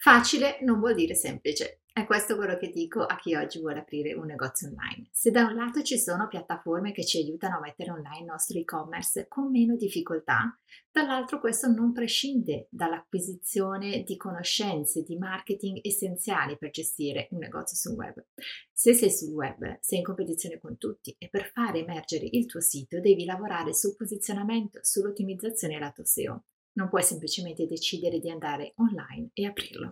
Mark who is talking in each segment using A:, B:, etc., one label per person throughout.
A: Facile non vuol dire semplice. È questo quello che dico a chi oggi vuole aprire un negozio online. Se da un lato ci sono piattaforme che ci aiutano a mettere online il nostro e-commerce con meno difficoltà, dall'altro questo non prescinde dall'acquisizione di conoscenze di marketing essenziali per gestire un negozio sul web. Se sei sul web, sei in competizione con tutti e per fare emergere il tuo sito devi lavorare sul posizionamento, sull'ottimizzazione lato SEO. Non puoi semplicemente decidere di andare online e aprirlo.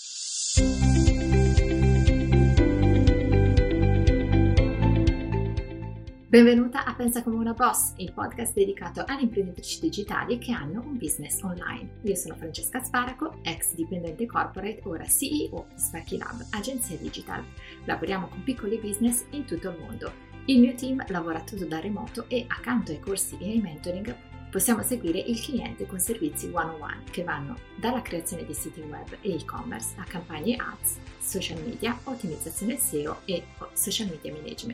A: Benvenuta a Pensa come una boss, il podcast dedicato alle imprenditrici digitali che hanno un business online. Io sono Francesca Sparaco, ex dipendente corporate, ora CEO di Sparky Lab, agenzia digital. Lavoriamo con piccoli business in tutto il mondo. Il mio team lavora tutto da remoto e accanto ai corsi e ai mentoring possiamo seguire il cliente con servizi one-on-one che vanno dalla creazione di siti web e e-commerce a campagne ads, social media, ottimizzazione SEO e social media management.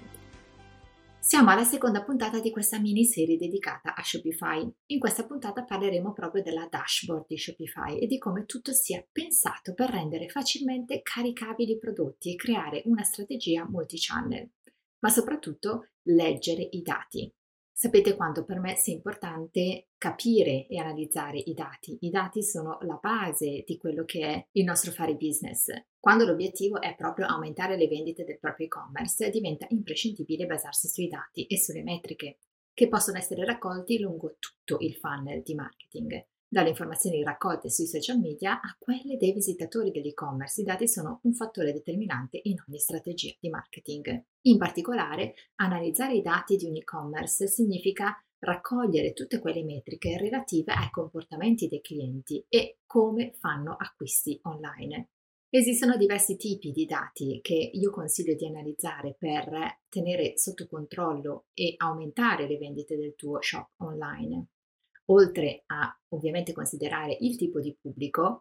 A: Siamo alla seconda puntata di questa miniserie dedicata a Shopify. In questa puntata parleremo proprio della dashboard di Shopify e di come tutto sia pensato per rendere facilmente caricabili i prodotti e creare una strategia multi-channel, ma soprattutto leggere i dati. Sapete quanto per me sia importante capire e analizzare i dati. I dati sono la base di quello che è il nostro fare business. Quando l'obiettivo è proprio aumentare le vendite del proprio e-commerce, diventa imprescindibile basarsi sui dati e sulle metriche, che possono essere raccolti lungo tutto il funnel di marketing. Dalle informazioni raccolte sui social media a quelle dei visitatori dell'e-commerce, i dati sono un fattore determinante in ogni strategia di marketing. In particolare, analizzare i dati di un e-commerce significa raccogliere tutte quelle metriche relative ai comportamenti dei clienti e come fanno acquisti online. Esistono diversi tipi di dati che io consiglio di analizzare per tenere sotto controllo e aumentare le vendite del tuo shop online. Oltre a ovviamente considerare il tipo di pubblico,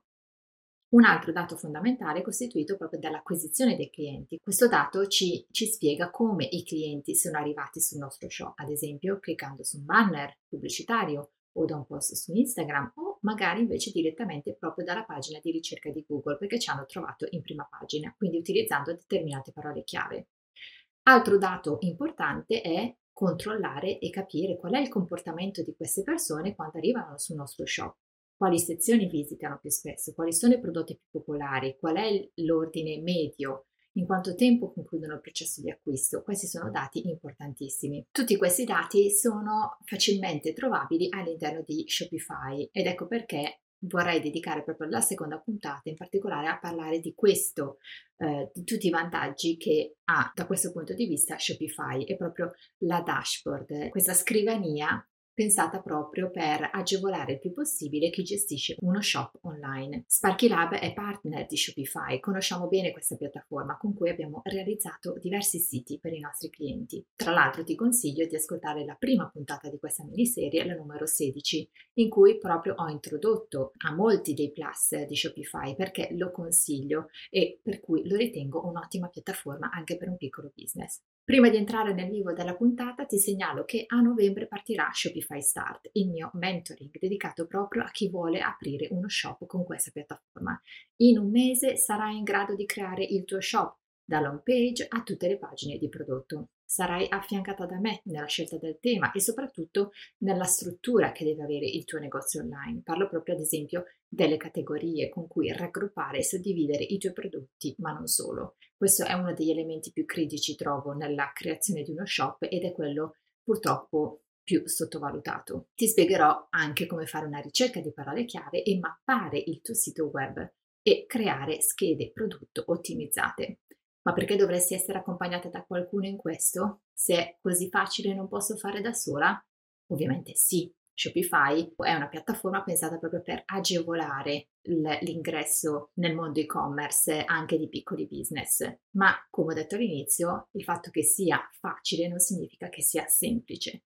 A: un altro dato fondamentale è costituito proprio dall'acquisizione dei clienti. Questo dato ci spiega come i clienti sono arrivati sul nostro shop, ad esempio cliccando su un banner pubblicitario o da un post su Instagram o magari invece direttamente proprio dalla pagina di ricerca di Google perché ci hanno trovato in prima pagina, quindi utilizzando determinate parole chiave. Altro dato importante è controllare e capire qual è il comportamento di queste persone quando arrivano sul nostro shop. Quali sezioni visitano più spesso, quali sono i prodotti più popolari, qual è l'ordine medio, in quanto tempo concludono il processo di acquisto. Questi sono dati importantissimi. Tutti questi dati sono facilmente trovabili all'interno di Shopify ed ecco perché vorrei dedicare proprio la seconda puntata in particolare a parlare di questo, di tutti i vantaggi che ha da questo punto di vista Shopify e proprio la dashboard, questa scrivania pensata proprio per agevolare il più possibile chi gestisce uno shop online. Sparky Lab è partner di Shopify, conosciamo bene questa piattaforma con cui abbiamo realizzato diversi siti per i nostri clienti. Tra l'altro ti consiglio di ascoltare la prima puntata di questa miniserie, la numero 16, in cui proprio ho introdotto a molti dei plus di Shopify perché lo consiglio e per cui lo ritengo un'ottima piattaforma anche per un piccolo business. Prima di entrare nel vivo della puntata ti segnalo che a novembre partirà Shopify Start, il mio mentoring dedicato proprio a chi vuole aprire uno shop con questa piattaforma. In un mese sarai in grado di creare il tuo shop, dalla home page a tutte le pagine di prodotto. Sarai affiancata da me nella scelta del tema e soprattutto nella struttura che deve avere il tuo negozio online. Parlo proprio ad esempio delle categorie con cui raggruppare e suddividere i tuoi prodotti, ma non solo. Questo è uno degli elementi più critici, trovo, nella creazione di uno shop ed è quello purtroppo più sottovalutato. Ti spiegherò anche come fare una ricerca di parole chiave e mappare il tuo sito web e creare schede prodotto ottimizzate. Ma perché dovresti essere accompagnata da qualcuno in questo? Se è così facile non posso fare da sola? Ovviamente sì. Shopify è una piattaforma pensata proprio per agevolare l'ingresso nel mondo e-commerce anche di piccoli business, ma come ho detto all'inizio, il fatto che sia facile non significa che sia semplice.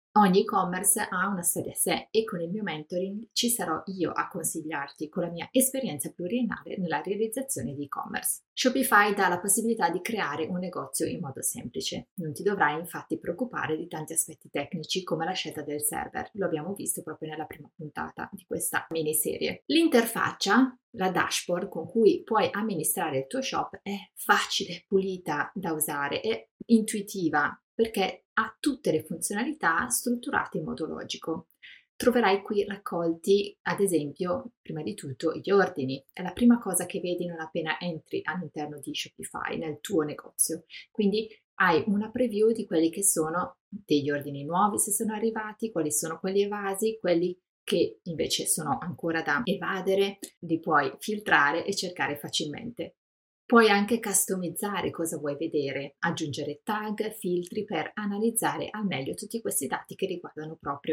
A: Ogni e-commerce ha una storia a sé e con il mio mentoring ci sarò io a consigliarti con la mia esperienza pluriennale nella realizzazione di e-commerce. Shopify dà la possibilità di creare un negozio in modo semplice. Non ti dovrai infatti preoccupare di tanti aspetti tecnici come la scelta del server. Lo abbiamo visto proprio nella prima puntata di questa miniserie. L'interfaccia, la dashboard con cui puoi amministrare il tuo shop è facile, pulita da usare, è intuitiva perché ha tutte le funzionalità strutturate in modo logico. Troverai qui raccolti, ad esempio, prima di tutto gli ordini. È la prima cosa che vedi non appena entri all'interno di Shopify, nel tuo negozio. Quindi hai una preview di quelli che sono degli ordini nuovi, se sono arrivati, quali sono quelli evasi, quelli che invece sono ancora da evadere, li puoi filtrare e cercare facilmente. Puoi anche customizzare cosa vuoi vedere, aggiungere tag, filtri per analizzare al meglio tutti questi dati che riguardano proprio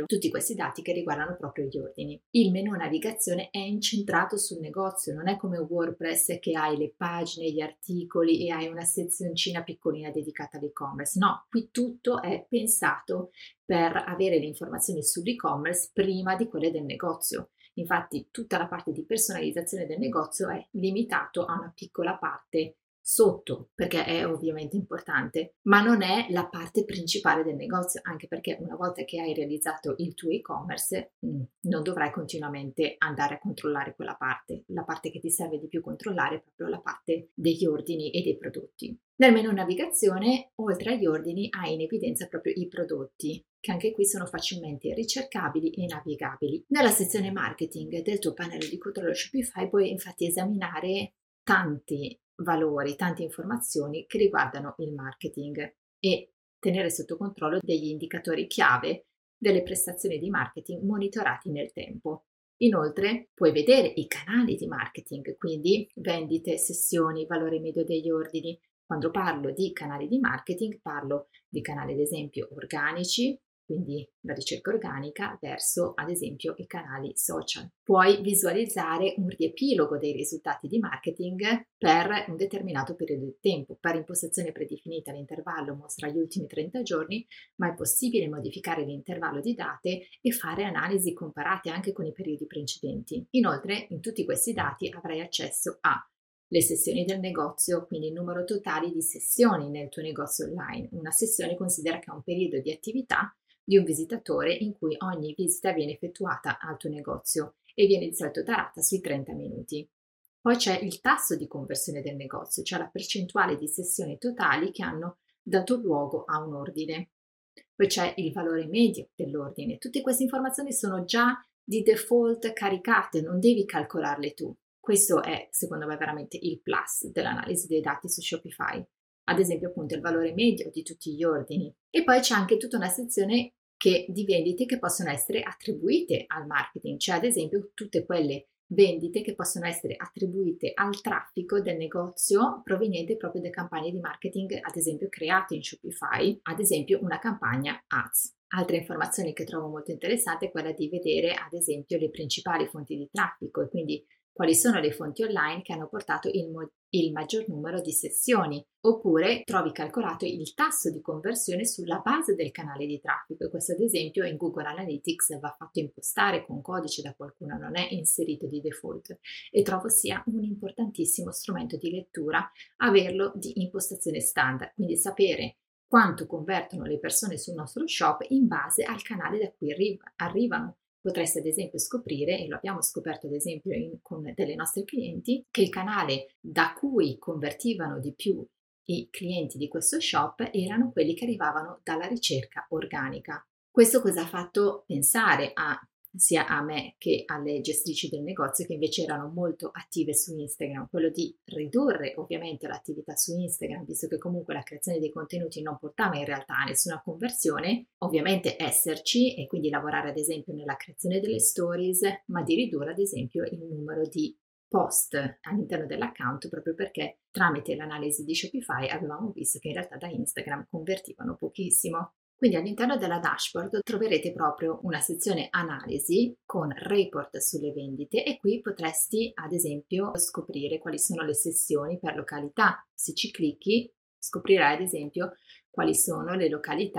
A: gli ordini. Il menu navigazione è incentrato sul negozio, non è come WordPress che hai le pagine, gli articoli e hai una sezioncina piccolina dedicata all'e-commerce. No, qui tutto è pensato per avere le informazioni sull'e-commerce prima di quelle del negozio. Infatti tutta la parte di personalizzazione del negozio è limitato a una piccola parte sotto, perché è ovviamente importante, ma non è la parte principale del negozio, anche perché una volta che hai realizzato il tuo e-commerce non dovrai continuamente andare a controllare quella parte. La parte che ti serve di più controllare è proprio la parte degli ordini e dei prodotti. Nel menu navigazione, oltre agli ordini, hai in evidenza proprio i prodotti, che anche qui sono facilmente ricercabili e navigabili. Nella sezione marketing del tuo pannello di controllo Shopify puoi infatti esaminare tanti valori, tante informazioni che riguardano il marketing e tenere sotto controllo degli indicatori chiave delle prestazioni di marketing monitorati nel tempo. Inoltre puoi vedere i canali di marketing, quindi vendite, sessioni, valore medio degli ordini. Quando parlo di canali di marketing parlo di canali ad esempio organici, quindi la ricerca organica verso ad esempio i canali social. Puoi visualizzare un riepilogo dei risultati di marketing per un determinato periodo di tempo. Per impostazione predefinita l'intervallo mostra gli ultimi 30 giorni, ma è possibile modificare l'intervallo di date e fare analisi comparate anche con i periodi precedenti. Inoltre, in tutti questi dati avrai accesso a le sessioni del negozio, quindi il numero totale di sessioni nel tuo negozio online. Una sessione considera che è un periodo di attività di un visitatore in cui ogni visita viene effettuata al tuo negozio e viene di solito tarata sui 30 minuti. Poi c'è il tasso di conversione del negozio, cioè la percentuale di sessioni totali che hanno dato luogo a un ordine. Poi c'è il valore medio dell'ordine. Tutte queste informazioni sono già di default caricate, non devi calcolarle tu. Questo è, secondo me, veramente il plus dell'analisi dei dati su Shopify. Ad esempio, appunto, il valore medio di tutti gli ordini. E poi c'è anche tutta una sezione di vendite che possono essere attribuite al marketing, cioè ad esempio tutte quelle vendite che possono essere attribuite al traffico del negozio proveniente proprio da campagne di marketing, ad esempio create in Shopify, ad esempio una campagna Ads. Altre informazioni che trovo molto interessante è quella di vedere ad esempio le principali fonti di traffico e quindi quali sono le fonti online che hanno portato il maggior numero di sessioni, oppure trovi calcolato il tasso di conversione sulla base del canale di traffico e questo ad esempio in Google Analytics va fatto impostare con codice da qualcuno, non è inserito di default e trovo sia un importantissimo strumento di lettura averlo di impostazione standard, quindi sapere quanto convertono le persone sul nostro shop in base al canale da cui arrivano. Potresti ad esempio scoprire, e lo abbiamo scoperto ad esempio con delle nostre clienti, che il canale da cui convertivano di più i clienti di questo shop erano quelli che arrivavano dalla ricerca organica. Questo cosa ha fatto pensare sia a me che alle gestrici del negozio che invece erano molto attive su Instagram, quello di ridurre ovviamente l'attività su Instagram, visto che comunque la creazione dei contenuti non portava in realtà a nessuna conversione, ovviamente esserci e quindi lavorare ad esempio nella creazione delle stories, ma di ridurre ad esempio il numero di post all'interno dell'account proprio perché tramite l'analisi di Shopify avevamo visto che in realtà da Instagram convertivano pochissimo. Quindi all'interno della dashboard troverete proprio una sezione analisi con report sulle vendite e qui potresti ad esempio scoprire quali sono le sessioni per località. Se ci clicchi scoprirai ad esempio quali sono le località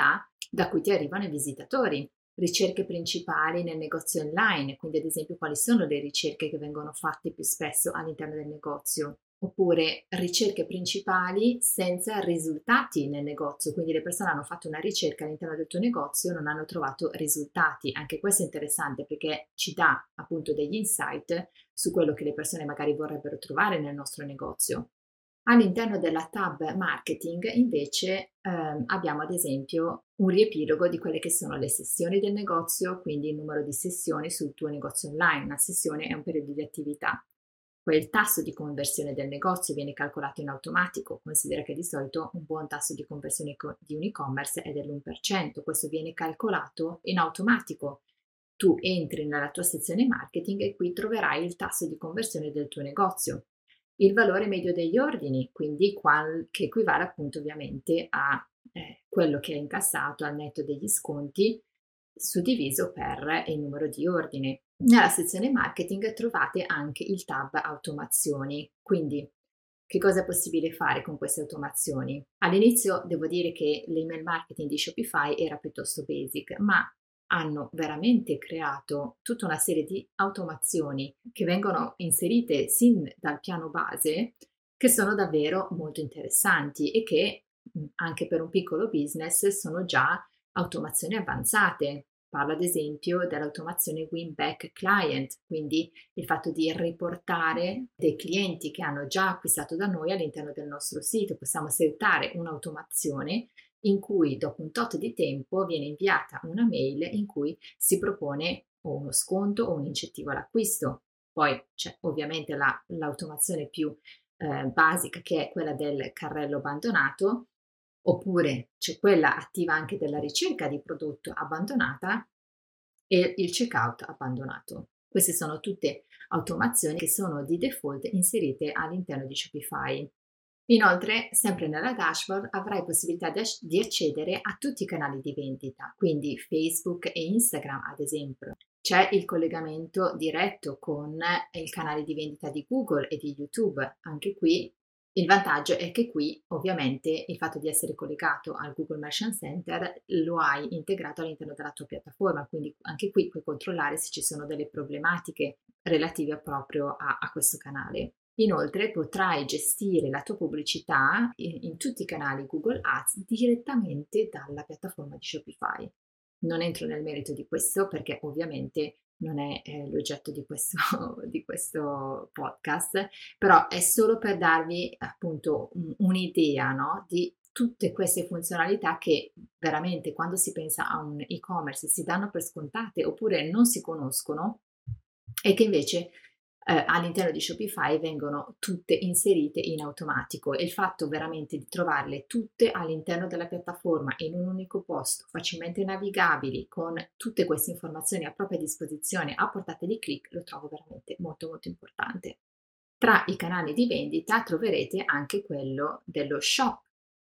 A: da cui ti arrivano i visitatori. Ricerche principali nel negozio online, quindi ad esempio quali sono le ricerche che vengono fatte più spesso all'interno del negozio. Oppure ricerche principali senza risultati nel negozio, quindi le persone hanno fatto una ricerca all'interno del tuo negozio e non hanno trovato risultati. Anche questo è interessante perché ci dà appunto degli insight su quello che le persone magari vorrebbero trovare nel nostro negozio. All'interno della tab marketing invece abbiamo ad esempio un riepilogo di quelle che sono le sessioni del negozio, quindi il numero di sessioni sul tuo negozio online. Una sessione è un periodo di attività. Poi il tasso di conversione del negozio viene calcolato in automatico. Considera che di solito un buon tasso di conversione di un e-commerce è dell'1%. Questo viene calcolato in automatico. Tu entri nella tua sezione marketing e qui troverai il tasso di conversione del tuo negozio. Il valore medio degli ordini, quindi che equivale appunto ovviamente a quello che è incassato al netto degli sconti suddiviso per il numero di ordini. Nella sezione marketing trovate anche il tab automazioni, quindi che cosa è possibile fare con queste automazioni? All'inizio devo dire che l'email marketing di Shopify era piuttosto basic, ma hanno veramente creato tutta una serie di automazioni che vengono inserite sin dal piano base, che sono davvero molto interessanti e che anche per un piccolo business sono già automazioni avanzate. Parlo ad esempio dell'automazione Win Back Client, quindi il fatto di riportare dei clienti che hanno già acquistato da noi all'interno del nostro sito. Possiamo settare un'automazione in cui dopo un tot di tempo viene inviata una mail in cui si propone o uno sconto o un incentivo all'acquisto. Poi c'è ovviamente l'automazione più basica, che è quella del carrello abbandonato, oppure c'è quella attiva anche della ricerca di prodotto abbandonata e il checkout abbandonato. Queste sono tutte automazioni che sono di default inserite all'interno di Shopify. Inoltre, sempre nella dashboard avrai possibilità di accedere a tutti i canali di vendita, quindi Facebook e Instagram ad esempio. C'è il collegamento diretto con il canale di vendita di Google e di YouTube. Anche qui il vantaggio è che qui ovviamente il fatto di essere collegato al Google Merchant Center lo hai integrato all'interno della tua piattaforma, quindi anche qui puoi controllare se ci sono delle problematiche relative proprio a questo canale. Inoltre potrai gestire la tua pubblicità in tutti i canali Google Ads direttamente dalla piattaforma di Shopify. Non entro nel merito di questo perché ovviamente non è l'oggetto di questo podcast, però è solo per darvi appunto un'idea, no, di tutte queste funzionalità che veramente quando si pensa a un e-commerce si danno per scontate oppure non si conoscono e che invece all'interno di Shopify vengono tutte inserite in automatico e il fatto veramente di trovarle tutte all'interno della piattaforma in un unico posto, facilmente navigabili, con tutte queste informazioni a propria disposizione a portata di clic, lo trovo veramente molto molto importante. Tra i canali di vendita troverete anche quello dello shop,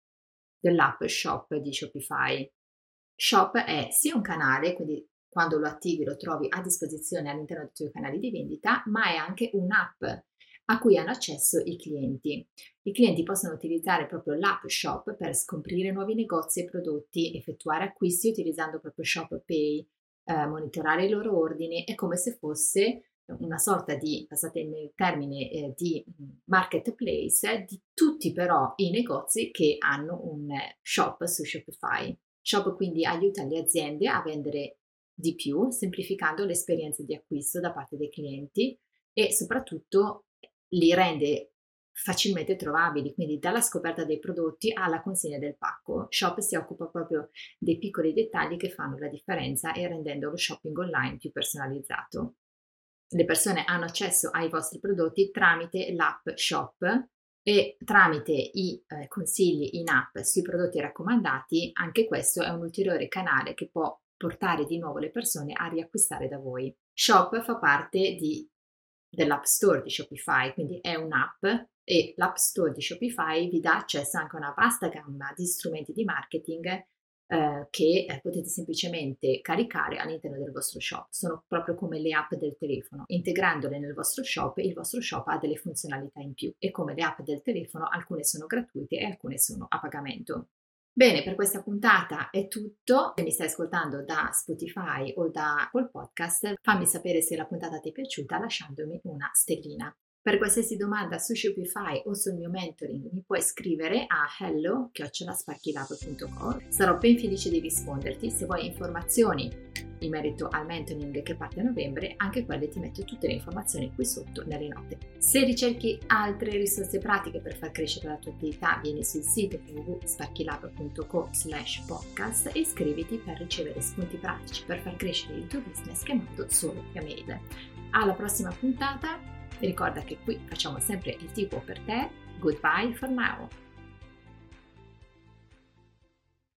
A: dell'app shop di Shopify. Shop è sia un canale, quindi quando lo attivi lo trovi a disposizione all'interno dei tuoi canali di vendita, ma è anche un'app a cui hanno accesso i clienti. I clienti possono utilizzare proprio l'app Shop per scoprire nuovi negozi e prodotti, effettuare acquisti utilizzando proprio Shop Pay, monitorare i loro ordini. È come se fosse una sorta di, passate il termine, di marketplace di tutti però i negozi che hanno un shop su Shopify. Shop quindi aiuta le aziende a vendere di più, semplificando l'esperienza di acquisto da parte dei clienti e soprattutto li rende facilmente trovabili, quindi dalla scoperta dei prodotti alla consegna del pacco. Shop si occupa proprio dei piccoli dettagli che fanno la differenza e rendendo lo shopping online più personalizzato. Le persone hanno accesso ai vostri prodotti tramite l'app Shop e tramite i consigli in app sui prodotti raccomandati. Anche questo è un ulteriore canale che può portare di nuovo le persone a riacquistare da voi. Shop fa parte dell'App Store di Shopify, quindi è un'app e l'App Store di Shopify vi dà accesso anche a una vasta gamma di strumenti di marketing che potete semplicemente caricare all'interno del vostro shop. Sono proprio come le app del telefono. Integrandole nel vostro shop, il vostro shop ha delle funzionalità in più e come le app del telefono alcune sono gratuite e alcune sono a pagamento. Bene, per questa puntata è tutto. Se mi stai ascoltando da Spotify o da Apple Podcast, fammi sapere se la puntata ti è piaciuta lasciandomi una stellina. Per qualsiasi domanda su Shopify o sul mio mentoring mi puoi scrivere a hello@sparkylab.com. Sarò ben felice di risponderti. Se vuoi informazioni in merito al mentoring che parte a novembre, anche quelle ti metto tutte le informazioni qui sotto nelle note. Se ricerchi altre risorse pratiche per far crescere la tua attività, vieni sul sito www.sparkylab.com/podcast e iscriviti per ricevere spunti pratici per far crescere il tuo business che mando solo via mail. Alla prossima puntata. Ricorda che qui facciamo sempre il tipo per te. Goodbye for now.